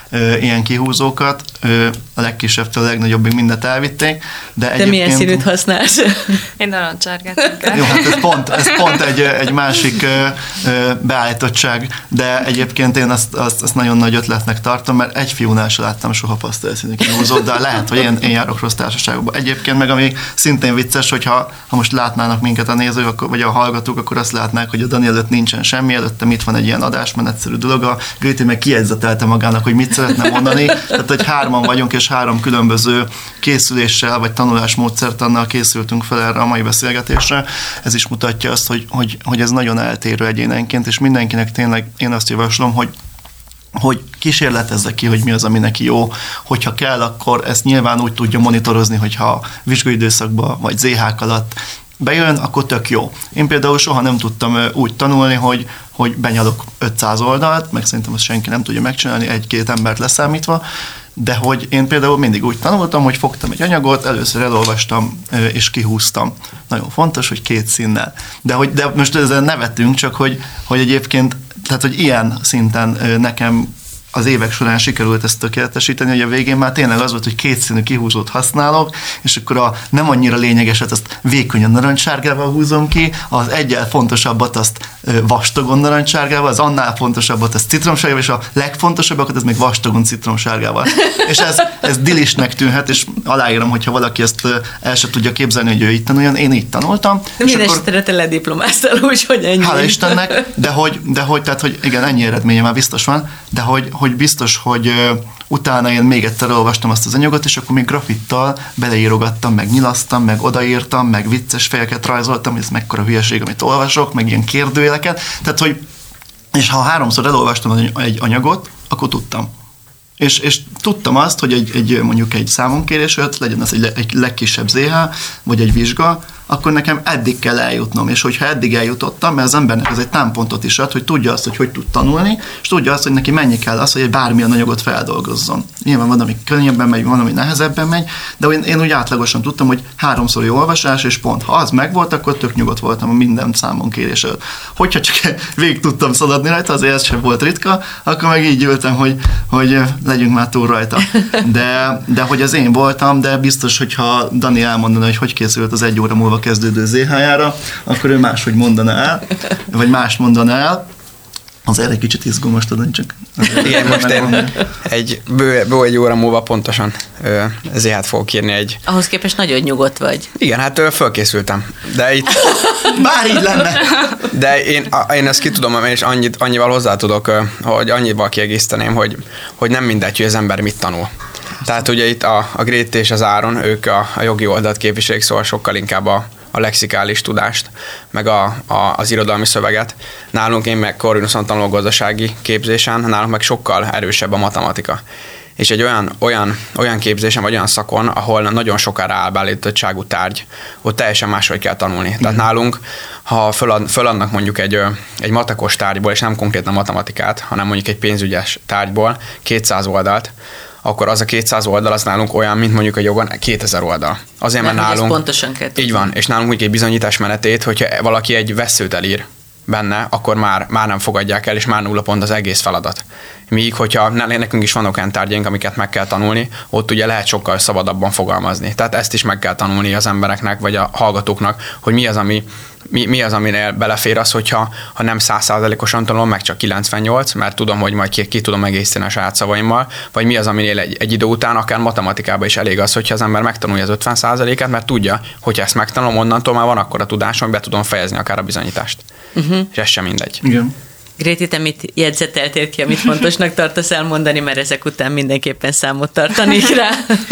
Speaker 3: ö, ilyen kihúzókat, ö, a legkisebbtől a legnagyobbig mindent elvitték. De,
Speaker 1: de milyen színűt használsz?
Speaker 2: Én narancsárgát.
Speaker 3: Jó, hát ez pont, ez pont egy, egy másik ö, ö, beállítottság, de egyébként én azt, azt, azt nagyon nagy ötletnek tartom, mert egy fiúnál sem láttam soha pasztelszínű kihúzót, de lehet, hogy én, én járok rossz társaságokba. Egyébként meg ami szintén vicces, hogyha ha most látnának minket a nézők, akkor, vagy a hallgatók, akkor azt látnák, hogy a Dani előtt nincsen semmi, előttem itt van egy ilyen adásmenetszerű dolog, a Gréti meg kijegyzetelte magának, hogy mit szeretne mondani, tehát hogy hárman vagyunk, és három különböző készüléssel, vagy tanulásmódszertannal készültünk fel erre a mai beszélgetésre. Ez is mutatja azt, hogy, hogy, hogy ez nagyon eltérő egyénenként, és mindenkinek tényleg én azt javaslom, hogy hogy kísérletezze ki, hogy mi az, ami neki jó. Hogyha kell, akkor ezt nyilván úgy tudja monitorozni, hogyha vizsgaidőszakban vagy zé hák alatt bejön, akkor tök jó. Én például soha nem tudtam úgy tanulni, hogy, hogy benyalok ötszáz oldalt, meg szerintem azt senki nem tudja megcsinálni, egy-két embert leszámítva, de hogy én például mindig úgy tanultam, hogy fogtam egy anyagot, először elolvastam és kihúztam. Nagyon fontos, hogy két színnel. De, hogy, de most ezzel nevetünk, csak hogy, hogy egyébként, tehát hogy ilyen szinten nekem az évek során sikerült ezt tökéletesíteni, hogy a végén már tényleg az volt, hogy kétszínű kihúzót használok, és akkor a nem annyira lényegeset azt vékonyan narancssárgával húzom ki, az egyel fontosabbat azt vastagon narancssárgával, az annál fontosabbat azt citromsárgával, és a legfontosabbakat az még vastagon citromsárgával. És ez, ez dilisnek tűnhet, és aláírom, hogyha valaki ezt el se tudja képzelni, hogy ő így tanuljon, én így tanultam.
Speaker 1: Minden esetre te lediplomáztál, úgyhogy ennyi.
Speaker 3: Hála Istennek, de hogy, de hogy, tehát, hogy igen, ennyi eredménye már biztos van, de hogy, hogy biztos, hogy uh, utána én még egyszer olvastam azt az anyagot, és akkor még grafittal beleírogattam, meg nyilasztam, meg odaírtam, meg vicces fejeket rajzoltam, ez mekkora hülyeség, amit olvasok, meg ilyen kérdőjeleket. Tehát, hogy, és ha háromszor elolvastam egy anyagot, akkor tudtam. És, és tudtam azt, hogy egy, egy, mondjuk egy számonkérés, legyen az egy, egy legkisebb zé há, vagy egy vizsga, akkor nekem eddig kell eljutnom, és hogyha eddig eljutottam, mert az embernek ez egy támpontot is ad, hogy tudja azt, hogy hogy tud tanulni, és tudja azt, hogy neki mennyi kell az, hogy egy bármilyen anyagot feldolgozzon. Nyilván van, ami könnyebben megy, van, ami nehezebben megy, de én, én úgy átlagosan tudtam, hogy háromszori olvasás, és pont. Ha az megvolt, akkor tök nyugodt voltam a minden számonkérés előtt. Hogyha csak végig tudtam szaladni rajta, azért ez sem volt ritka, akkor meg így ültem, hogy, hogy legyünk már túl rajta. De, de hogy az én voltam, de biztos, hogyha Dani elmondaná, hogy hogy készült az egy óra múlva kezdődő zé há-jára, akkor ő máshogy mondaná el, vagy mást mondaná el. Azért egy kicsit izgulmas, tudod, csak...
Speaker 4: Igen, most én egy bő, bő egy óra múlva pontosan ö, zé há-t fogok írni egy...
Speaker 1: Ahhoz képest nagyon nyugodt vagy.
Speaker 4: Igen, hát ö, fölkészültem. De itt...
Speaker 3: Bár így lenne!
Speaker 4: De én, a, én ezt ki tudom, és annyit, annyival hozzá tudok, hogy annyival kiegészíteném, hogy, hogy nem mindegy, hogy az ember mit tanul. Tehát ugye itt a, a Gréti és az Áron, ők a, a jogi oldalt képviselik, szóval sokkal inkább a, a lexikális tudást, meg a, a, az irodalmi szöveget. Nálunk én meg Corvinuson tanulok gazdasági képzésen, nálunk meg sokkal erősebb a matematika. És egy olyan, olyan, olyan képzésen, vagy olyan szakon, ahol nagyon sokára áll beállítottságú tárgy, ott teljesen máshogy kell tanulni. Mm. Tehát nálunk, ha fölad, föladnak mondjuk egy, egy matekos tárgyból, és nem konkrétan matematikát, hanem mondjuk egy pénzügyes tárgyból kétszáz oldalt, akkor az a kétszáz oldal az nálunk olyan, mint mondjuk a jogon kétezer oldal. Azért, mert nálunk...
Speaker 1: pontosan kell tudni.
Speaker 4: Így van, és nálunk mondjuk egy bizonyítás menetét, hogyha valaki egy veszőt elír benne, akkor már, már nem fogadják el, és már nulla pont az egész feladat. Míg, hogyha nekünk is vannak olyan tárgyaink, amiket meg kell tanulni, ott ugye lehet sokkal szabadabban fogalmazni. Tehát ezt is meg kell tanulni az embereknek, vagy a hallgatóknak, hogy mi az, ami Mi, mi az, aminél belefér az, hogyha ha nem száz százalékosan tanulom, meg csak kilencvennyolc, mert tudom, hogy majd ki, ki tudom egészíteni a saját szavaimmal, vagy mi az, aminél egy, egy idő után, akár matematikában is elég az, hogyha az ember megtanulja az ötven százalékát, mert tudja, hogy ezt megtanulom, onnantól már van akkor a tudásom, be tudom fejezni akár a bizonyítást. Uh-huh. És ez sem mindegy.
Speaker 3: Igen.
Speaker 1: Gréti, te mit jegyzeteltél ki, amit fontosnak tartasz elmondani, mert ezek után mindenképpen számot tartanék rá?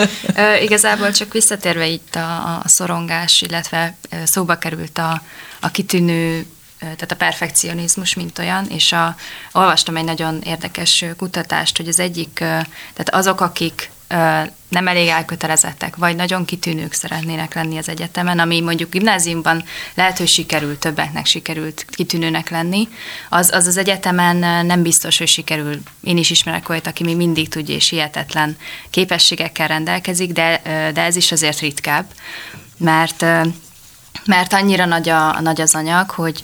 Speaker 2: e, igazából csak visszatérve itt a, a szorongás, illetve szóba került a, a kitűnő, tehát a perfekcionizmus, mint olyan, és a, olvastam egy nagyon érdekes kutatást, hogy az egyik, tehát azok, akik nem elég elkötelezettek, vagy nagyon kitűnők szeretnének lenni az egyetemen, ami mondjuk gimnáziumban lehet, hogy sikerült, többeknek sikerült kitűnőnek lenni, az az, az egyetemen nem biztos, hogy sikerül. Én is ismerek olyat, aki még mindig tudja, és hihetetlen képességekkel rendelkezik, de, de ez is azért ritkább, mert, mert annyira nagy, a, nagy az anyag, hogy, hogy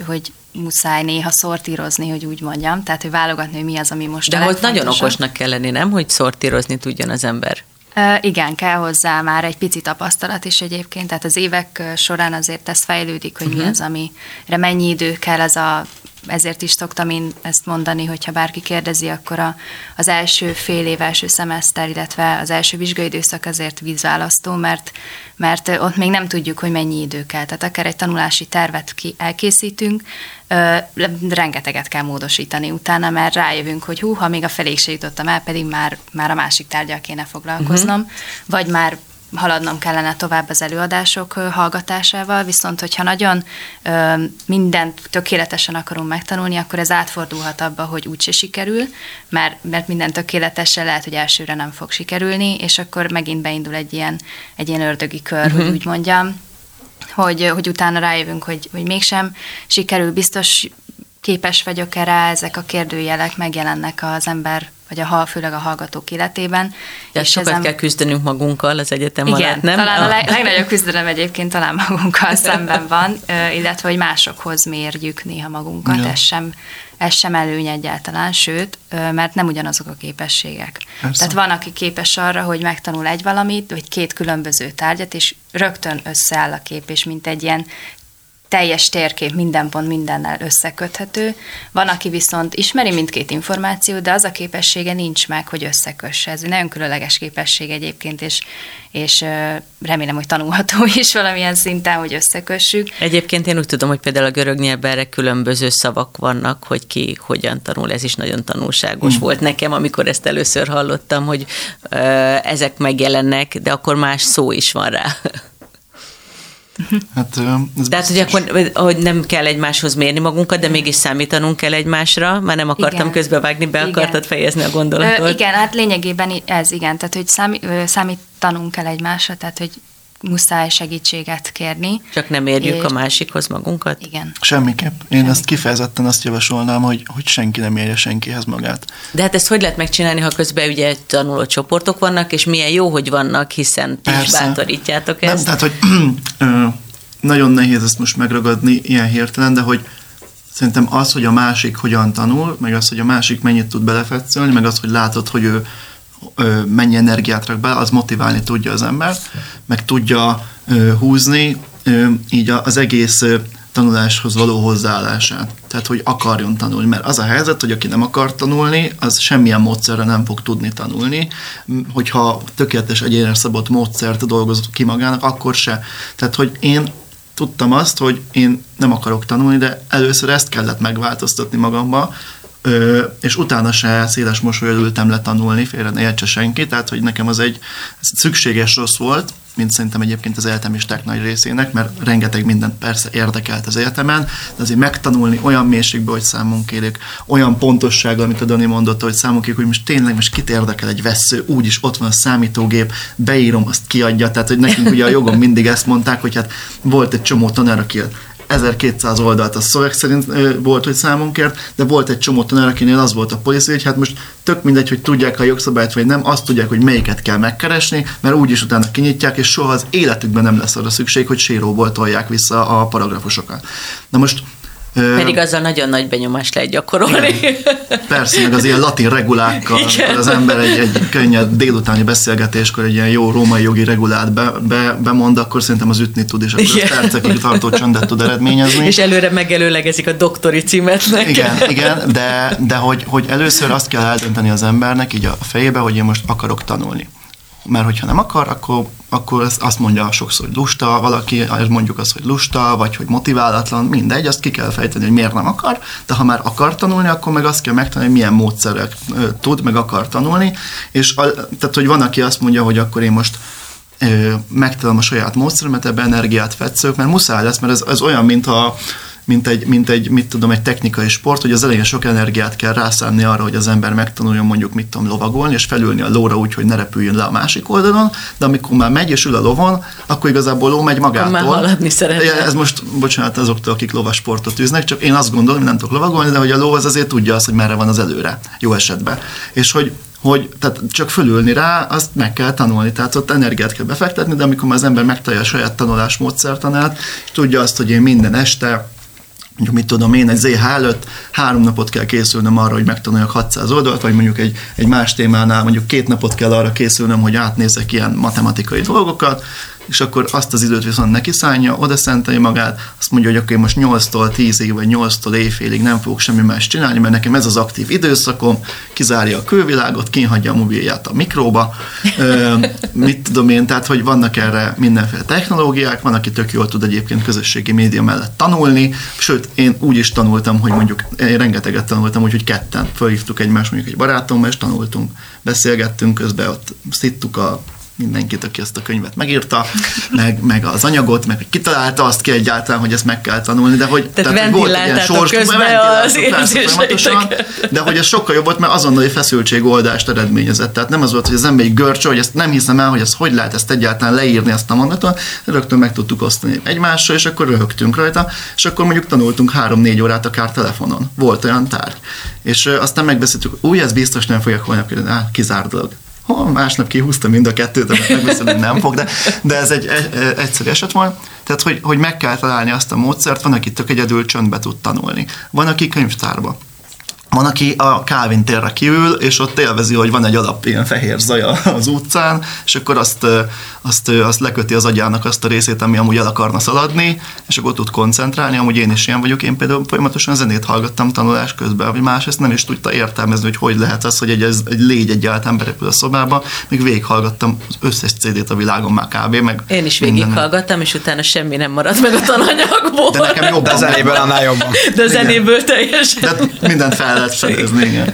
Speaker 2: muszáj néha szortírozni, hogy úgy mondjam, tehát hogy válogatni, hogy mi az, ami most
Speaker 1: de a hogy nagyon okosnak kell lenni, nem? Hogy szortírozni tudjon az ember.
Speaker 2: Uh, igen, kell hozzá már egy pici tapasztalat is egyébként, tehát az évek során azért ez fejlődik, hogy uh-huh. mi az, amire mennyi idő kell, ez a, ezért is szoktam én ezt mondani, hogyha bárki kérdezi, akkor a, az első fél év, első szemeszter, illetve az első vizsgaidőszak azért vízválasztó, mert, mert ott még nem tudjuk, hogy mennyi idő kell. Tehát akár egy tanulási tervet ki elkészítünk, ö, rengeteget kell módosítani utána, mert rájövünk, hogy hú, ha még a feléig se jutottam el, pedig már, már a másik tárgyal kéne foglalkoznom, uh-huh. vagy már haladnom kellene tovább az előadások hallgatásával, viszont hogyha nagyon ö, mindent tökéletesen akarunk megtanulni, akkor ez átfordulhat abba, hogy úgyse sikerül, mert, mert minden tökéletesen lehet, hogy elsőre nem fog sikerülni, és akkor megint beindul egy ilyen, egy ilyen ördögi kör, uh-huh. hogy úgy mondjam, hogy, hogy utána rájövünk, hogy, hogy mégsem sikerül, biztos képes vagyok-e rá, ezek a kérdőjelek megjelennek az ember, vagy a, főleg a hallgatók életében.
Speaker 1: De sokat ezen... kell küzdenünk magunkkal az egyetem
Speaker 2: igen,
Speaker 1: alatt, nem?
Speaker 2: talán a leg, legnagyobb küzdelem egyébként talán magunkkal szemben van, illetve hogy másokhoz mérjük néha magunkat, ja. ez, sem, ez sem előny egyáltalán, sőt, mert nem ugyanazok a képességek. Persze. Tehát van, aki képes arra, hogy megtanul egy valamit, vagy két különböző tárgyat, és rögtön összeáll a kép, és mint egy ilyen teljes térkép, minden pont mindennel összeköthető. Van, aki viszont ismeri mindkét információt, de az a képessége nincs meg, hogy összekösse. Ez egy nagyon különleges képesség egyébként, és, és remélem, hogy tanulható is valamilyen szinten, hogy összekössük.
Speaker 1: Egyébként én úgy tudom, hogy például a görög nyelvben erre különböző szavak vannak, hogy ki hogyan tanul. Ez is nagyon tanulságos mm. volt nekem, amikor ezt először hallottam, hogy ö, ezek megjelennek, de akkor más szó is van rá.
Speaker 3: Hát, ez
Speaker 1: Tehát, hogy akkor hogy nem kell egymáshoz mérni magunkat, de mégis számítanunk kell egymásra, már nem akartam igen. közbevágni, be igen. akartad fejezni a gondolatot.
Speaker 2: Ö, igen, hát lényegében ez igen, tehát hogy számí, számítanunk kell egymásra, tehát hogy muszáj segítséget kérni.
Speaker 1: Csak nem érjük a másikhoz magunkat?
Speaker 2: Igen.
Speaker 3: Semmiképp. Én Semmi. ezt kifejezetten azt javasolnám, hogy, hogy senki nem érje senkihez magát.
Speaker 1: De hát ezt hogy lehet megcsinálni, ha közben ugye tanuló csoportok vannak, és milyen jó, hogy vannak, hiszen ti is bátorítjátok ezt.
Speaker 3: Nem, tehát, hogy ö, nagyon nehéz ezt most megragadni ilyen hirtelen, de hogy szerintem az, hogy a másik hogyan tanul, meg az, hogy a másik mennyit tud belefetszölni, meg az, hogy látod, hogy ő ö, mennyi energiát rak be, az motiválni tudja az embert, meg tudja ö, húzni ö, így az egész ö, tanuláshoz való hozzáállását. Tehát, hogy akarjon tanulni. Mert az a helyzet, hogy aki nem akar tanulni, az semmilyen módszerre nem fog tudni tanulni. Hogyha tökéletes egyénre szabott módszert dolgozott ki magának, akkor se. Tehát, hogy én tudtam azt, hogy én nem akarok tanulni, de először ezt kellett megváltoztatni magamba, és utána se széles mosolyol ültem le tanulni, félre ne értse senki, tehát, hogy nekem az egy szükséges rossz volt, mint szerintem egyébként az egyetemisták nagy részének, mert rengeteg mindent persze érdekelt az egyetemen, de azért megtanulni olyan mélységbe, hogy számon kérjük, olyan pontossággal, amit a Dani mondott, hogy számon kérjük, hogy most tényleg most kit érdekel egy vessző, úgyis ott van a számítógép, beírom, azt kiadja, tehát hogy nekünk ugye a jogon mindig ezt mondták, hogy hát volt egy csomó tanár, aki ezerkétszáz oldalt a szöveg szerint volt, hogy számon kért, de volt egy csomó tanár, akinél az volt a policy, hogy hát most tök mindegy, hogy tudják a jogszabályt, vagy nem, azt tudják, hogy melyiket kell megkeresni, mert úgyis utána kinyitják, és soha az életükben nem lesz arra szükség, hogy séróból tolják vissza a paragrafusokat. Na most
Speaker 1: pedig azzal nagyon nagy benyomást lehet gyakorolni.
Speaker 3: Igen. Persze, meg az ilyen latin regulákkal, amikor az ember egy, egy könnyed délutáni beszélgetéskor egy ilyen jó római jogi regulát be, be, bemond, akkor szerintem az ütni tud, és akkor az percekig tartó csöndet tud eredményezni.
Speaker 1: És előre megelőlegezik a doktori címet neki.
Speaker 3: Igen, igen, de, de hogy, hogy először azt kell eldönteni az embernek így a fejébe, hogy én most akarok tanulni. Mert hogyha nem akar, akkor, akkor azt mondja sokszor, hogy lusta, valaki mondjuk azt, hogy lusta, vagy hogy motiválatlan, mindegy, azt ki kell fejteni, hogy miért nem akar, de ha már akar tanulni, akkor meg azt kell megtanulni, hogy milyen módszerek tud, meg akar tanulni, és a, tehát, hogy van, aki azt mondja, hogy akkor én most ö, megtalálom a saját módszeremet, ebbe energiát fetszök, mert muszáj lesz, mert ez, ez olyan, mintha mint egy, mint egy, mit tudom, egy technikai sport, hogy az elején sok energiát kell rászánni arra, hogy az ember megtanuljon mondjuk, mit tudom, lovagolni, és felülni a lóra úgy, hogy ne repüljön le a másik oldalon, de amikor már megy és ül a lovon, akkor igazából ló megy magától.
Speaker 1: Már haladni szeretne.
Speaker 3: Ez most, bocsánat, azoktól, akik lovasportot űznek, csak én azt gondolom, hogy nem tudok lovagolni, de hogy a ló az azért tudja azt, hogy merre van az előre, jó esetben. És hogy hogy tehát csak fölülni rá, azt meg kell tanulni, tehát ott energiát kell befektetni, de amikor már az ember megtalálja a saját tanulás módszertanát, és tudja azt, hogy én minden este mondjuk mit tudom én, egy zé há előtt három napot kell készülnöm arra, hogy megtanuljak hatszáz oldalt, vagy mondjuk egy, egy más témánál mondjuk két napot kell arra készülnöm, hogy átnézek ilyen matematikai dolgokat, és akkor azt az időt viszont neki szánja, oda szenteli magát, azt mondja, hogy oké, most nyolctól tízig, vagy nyolctól éjfélig nem fogok semmi más csinálni, mert nekem ez az aktív időszakom, kizárja a külvilágot, kínhagyja a mobilját a mikróba, ö, mit tudom én, tehát, hogy vannak erre mindenféle technológiák, van, aki tök jól tud egyébként közösségi média mellett tanulni, sőt, én úgy is tanultam, hogy mondjuk, én rengeteget tanultam, úgyhogy ketten felhívtuk egymást, mondjuk egy barátommal, és tanultunk, beszélgettünk, közben ott szittuk a mindenkit, aki ezt a könyvet megírta, meg, meg az anyagot, meg hogy kitalálta azt ki egyáltalán, hogy ezt meg kell tanulni, de hogy,
Speaker 1: tehát, tehát hogy volt egy ilyen sors,
Speaker 3: de hogy ez sokkal jobb volt, mert azonnali feszültségoldást eredményezett. Tehát nem az volt, hogy az ember egy görcsö, hogy ezt nem hiszem el, hogy ezt hogy lehet ezt egyáltalán leírni, ezt a mondatot, rögtön meg tudtuk osztani egymással, és akkor röhögtünk rajta, és akkor mondjuk tanultunk három-négy órát akár telefonon. Volt olyan tárgy. És aztán megbeszéltük, úgy, ez biztos nem fogják holnap kérdezni, á, kizárt dolog. Ha másnap kihúztam mind a kettőt, amit megbeszélni nem fog, de, de ez egy, egy egyszerű eset volt. Tehát, hogy, hogy meg kell találni azt a módszert, van, aki tök egyedül csöndbe tud tanulni. Van, aki könyvtárba. Van, aki a Kálvin térre kiül, és ott élvezi, hogy van egy alap ilyen fehér zaj az utcán, és akkor azt, azt, azt leköti az agyának azt a részét, ami amúgy el akarna szaladni, és akkor tud koncentrálni. Amúgy én is ilyen vagyok, én például folyamatosan zenét hallgattam tanulás közben, vagy másrészt nem is tudta értelmezni, hogy hogy lehet az, hogy egy, egy légy egyáltalán berepül a szobába, még végighallgattam az összes cé dét a világon már kb. Meg
Speaker 1: én is végighallgattam, és utána semmi nem maradt meg a tananyagból.
Speaker 3: De nekem jobban.
Speaker 4: De a zenéből annál jobban.
Speaker 1: De a zenéből teljesen.
Speaker 3: De mindent fel lehet fedezni, igen.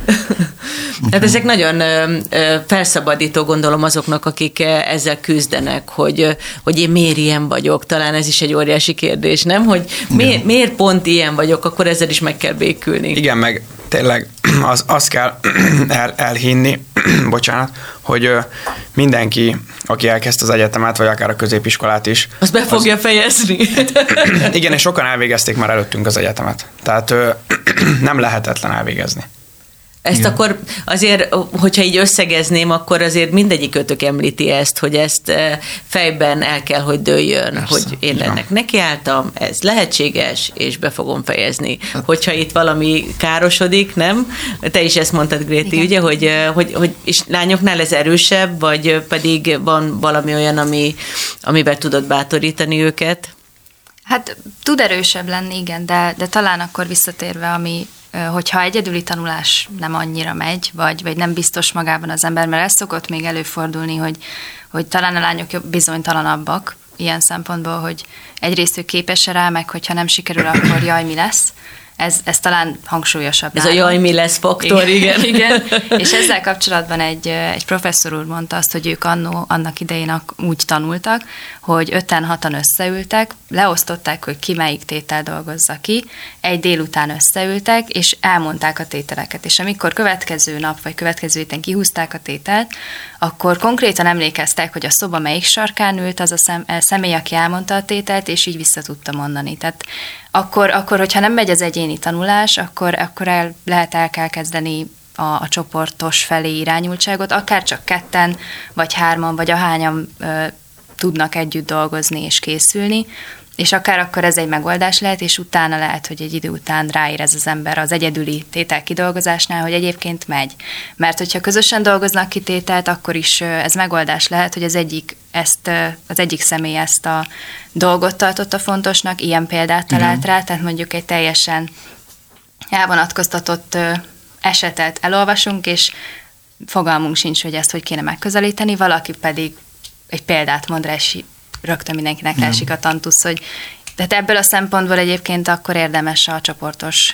Speaker 1: Hát ezek nagyon felszabadító, gondolom, azoknak, akik ezzel küzdenek, hogy, hogy én miért ilyen vagyok. Talán ez is egy óriási kérdés, nem? Hogy miért, miért pont ilyen vagyok, akkor ezzel is meg kell békülni.
Speaker 4: Igen, meg tényleg az, azt kell el, elhinni, bocsánat, hogy mindenki, aki elkezdte az egyetemet, vagy akár a középiskolát is.
Speaker 1: Az be fogja az... fejezni.
Speaker 4: Igen, és sokan elvégezték már előttünk az egyetemet. Tehát nem lehetetlen elvégezni.
Speaker 1: Ezt igen. Akkor azért, hogyha így összegezném, akkor azért mindegyik ötök említi ezt, hogy ezt fejben el kell, hogy dőljön, persze, hogy én ja. ennek nekiálltam, ez lehetséges, és be fogom fejezni. Hát. Hogyha itt valami károsodik, nem? Te is ezt mondtad, Gréti, igen. ugye, hogy, hogy, hogy és lányoknál ez erősebb, vagy pedig van valami olyan, ami, amivel tudod bátorítani őket?
Speaker 2: Hát tud erősebb lenni, igen, de, de talán akkor visszatérve, ami hogyha egyedüli tanulás nem annyira megy, vagy, vagy nem biztos magában az ember, mert ez szokott még előfordulni, hogy, hogy talán a lányok bizonytalanabbak ilyen szempontból, hogy egyrészt ő képes rá, meg hogyha nem sikerül, akkor jaj, mi lesz. Ez, ez talán hangsúlyosabb.
Speaker 1: Ez nálam. A jaj, mi lesz faktor, igen.
Speaker 2: igen. És ezzel kapcsolatban egy, egy professzor úr mondta azt, hogy ők annó, annak idején úgy tanultak, hogy öten-hatan összeültek, leosztották, hogy ki melyik tétel dolgozza ki, egy délután összeültek, és elmondták a tételeket. És amikor következő nap, vagy következő héten kihúzták a tételt, akkor konkrétan emlékeztek, hogy a szoba melyik sarkán ült az a szem, személy, aki elmondta a tételt, és így vissza tudta mondani. Tehát akkor, akkor hogyha nem megy az egyéni tanulás, akkor, akkor el, lehet el kell kezdeni a, a csoportos felé irányultságot, akár csak ketten, vagy hárman, vagy ahányan ö, tudnak együtt dolgozni és készülni, és akár akkor ez egy megoldás lehet, és utána lehet, hogy egy idő után ráérez az ember az egyedüli tétel kidolgozásnál, hogy egyébként megy. Mert hogyha közösen dolgoznak ki tételt, akkor is ez megoldás lehet, hogy az egyik, ezt, az egyik személy ezt a dolgot tartotta fontosnak, ilyen példát talált rá, tehát mondjuk egy teljesen elvonatkoztatott esetet elolvasunk, és fogalmunk sincs, hogy ezt hogy kéne megközelíteni, valaki pedig egy példát mond rá, és rögtön mindenkinek mm. leesik a tantusz, hogy tehát ebből a szempontból egyébként akkor érdemes a csoportos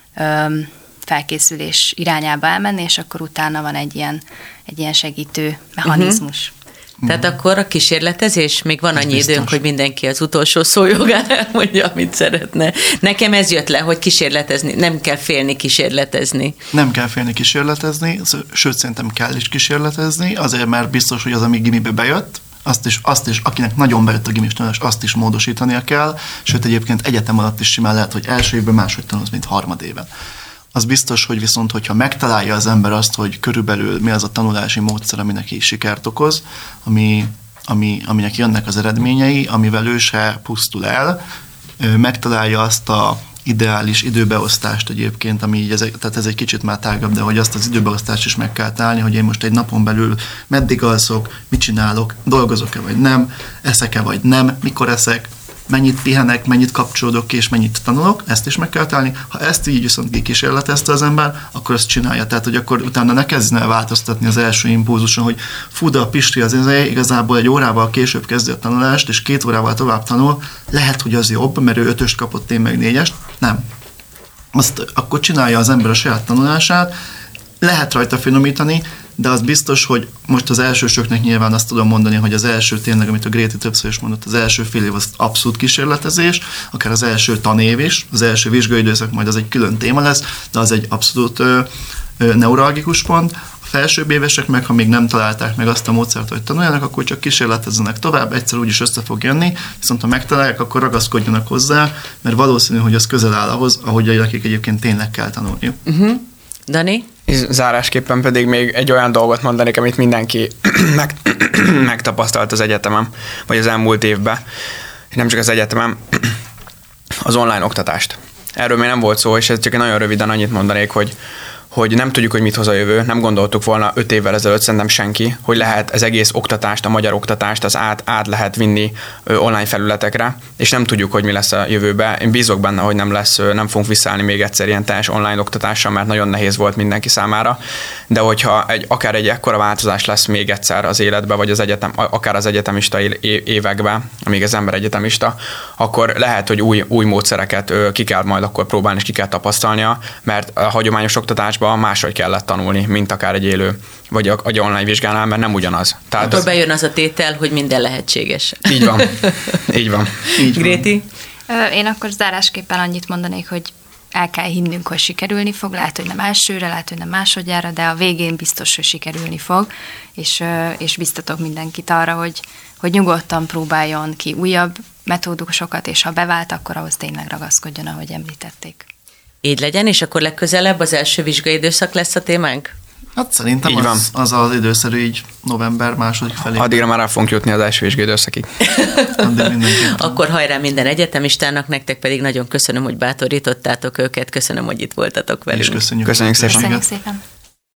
Speaker 2: öm, felkészülés irányába elmenni, és akkor utána van egy ilyen, egy ilyen segítő mechanizmus.
Speaker 1: Uh-huh. Tehát akkor a kísérletezés, még van annyi időnk, hogy mindenki az utolsó szójogán elmondja, amit szeretne. Nekem ez jött le, hogy kísérletezni, nem kell félni kísérletezni.
Speaker 3: Nem kell félni kísérletezni, sőt szerintem kell is kísérletezni, azért mert biztos, hogy az, ami gimibe bejött, azt is, azt is, akinek nagyon bejött a gimis tanulás, azt is módosítania kell, sőt egyébként egyetem alatt is simán lehet, hogy első évben máshogy tanulsz, mint harmadében. Az biztos, hogy viszont, hogyha megtalálja az ember azt, hogy körülbelül mi az a tanulási módszer, ami neki sikert okoz, ami, ami, aminek jönnek az eredményei, amivel ő se pusztul el, megtalálja azt a ideális időbeosztást egyébként, ami így ez, tehát ez egy kicsit már tágabb, de hogy azt az időbeosztást is meg kell találni, hogy én most egy napon belül meddig alszok, mit csinálok, dolgozok-e vagy nem, eszek-e vagy nem, mikor eszek, mennyit pihenek, mennyit kapcsolódok ki, és mennyit tanulok, ezt is meg kell találni. Ha ezt így viszont kikísérletezte az ember, akkor ezt csinálja. Tehát, hogy akkor utána ne kezdjen el változtatni az első impulzuson, hogy fú, de a Pisti az igazából egy órával később kezdi a tanulást, és két órával tovább tanul, lehet, hogy az jobb, mert ő ötöst kapott, én meg négyest. Nem. Azt akkor csinálja az ember a saját tanulását, lehet rajta finomítani, de az biztos, hogy most az elsősöknek nyilván azt tudom mondani, hogy az első tényleg, amit a Gréti többször is mondott, az első fél év az abszolút kísérletezés, akár az első tanév is, az első vizsgai időszak majd az egy külön téma lesz, de az egy abszolút ö, ö, neuralgikus pont. A felsőbb évesek meg, ha még nem találták meg azt a módszert, hogy tanuljanak, akkor csak kísérletezzenek tovább, egyszer úgyis össze fog jönni, viszont ha megtalálják, akkor ragaszkodjanak hozzá, mert valószínű, hogy az közel áll ahhoz, ahogy nekik egyébként tényleg kell tanulni.
Speaker 1: Uh-huh. Dani?
Speaker 4: Zárásképpen pedig még egy olyan dolgot mondanék, amit mindenki meg, megtapasztalt az egyetemen, vagy az elmúlt évben, nem csak az egyetemen, az online oktatást. Erről még nem volt szó, és ez csak nagyon röviden annyit mondanék, hogy hogy nem tudjuk, hogy mit hoz a jövő, nem gondoltuk volna öt évvel ezelőtt szerintem senki, hogy lehet az egész oktatást, a magyar oktatást, az át, át lehet vinni online felületekre, és nem tudjuk, hogy mi lesz a jövőben. Én bízok benne, hogy nem lesz, nem fogunk visszaállni még egyszer ilyen teljes online oktatással, mert nagyon nehéz volt mindenki számára, de hogyha egy, akár egy ekkora változás lesz még egyszer az életben, vagy az egyetem, akár az egyetemista években, amíg az ember egyetemista, akkor lehet, hogy új, új módszereket ki kell majd akkor próbálni, és ki kell tapasztalnia, mert a hagyományos oktatásban máshogy kellett tanulni, mint akár egy élő, vagy a, egy online vizsgánál, mert nem ugyanaz. Tehát
Speaker 1: akkor
Speaker 4: az...
Speaker 1: bejön az a tétel, hogy minden lehetséges.
Speaker 4: Így van. Így van.
Speaker 3: Így van.
Speaker 1: Gréti?
Speaker 2: Én akkor zárásképpen annyit mondanék, hogy el kell hinnünk, hogy sikerülni fog, lehet, hogy nem elsőre, lehet, hogy nem másodjára, de a végén biztos, hogy sikerülni fog, és, és biztatok mindenkit arra, hogy, hogy nyugodtan próbáljon ki újabb metódusokat, és ha bevált, akkor ahhoz tényleg ragaszkodjon, ahogy említették.
Speaker 1: Így legyen, és akkor legközelebb az első vizsgai időszak lesz a témánk?
Speaker 3: Hát szerintem az, az az időszerű így november második felé.
Speaker 4: Addigra már el fogunk jutni az első vizsgai időszakig.
Speaker 1: Akkor hajrá minden egyetemistának, nektek pedig nagyon köszönöm, hogy bátorítottátok őket, köszönöm, hogy itt voltatok velünk.
Speaker 3: És köszönjük.
Speaker 4: Köszönjük szépen.
Speaker 2: Köszönjük szépen.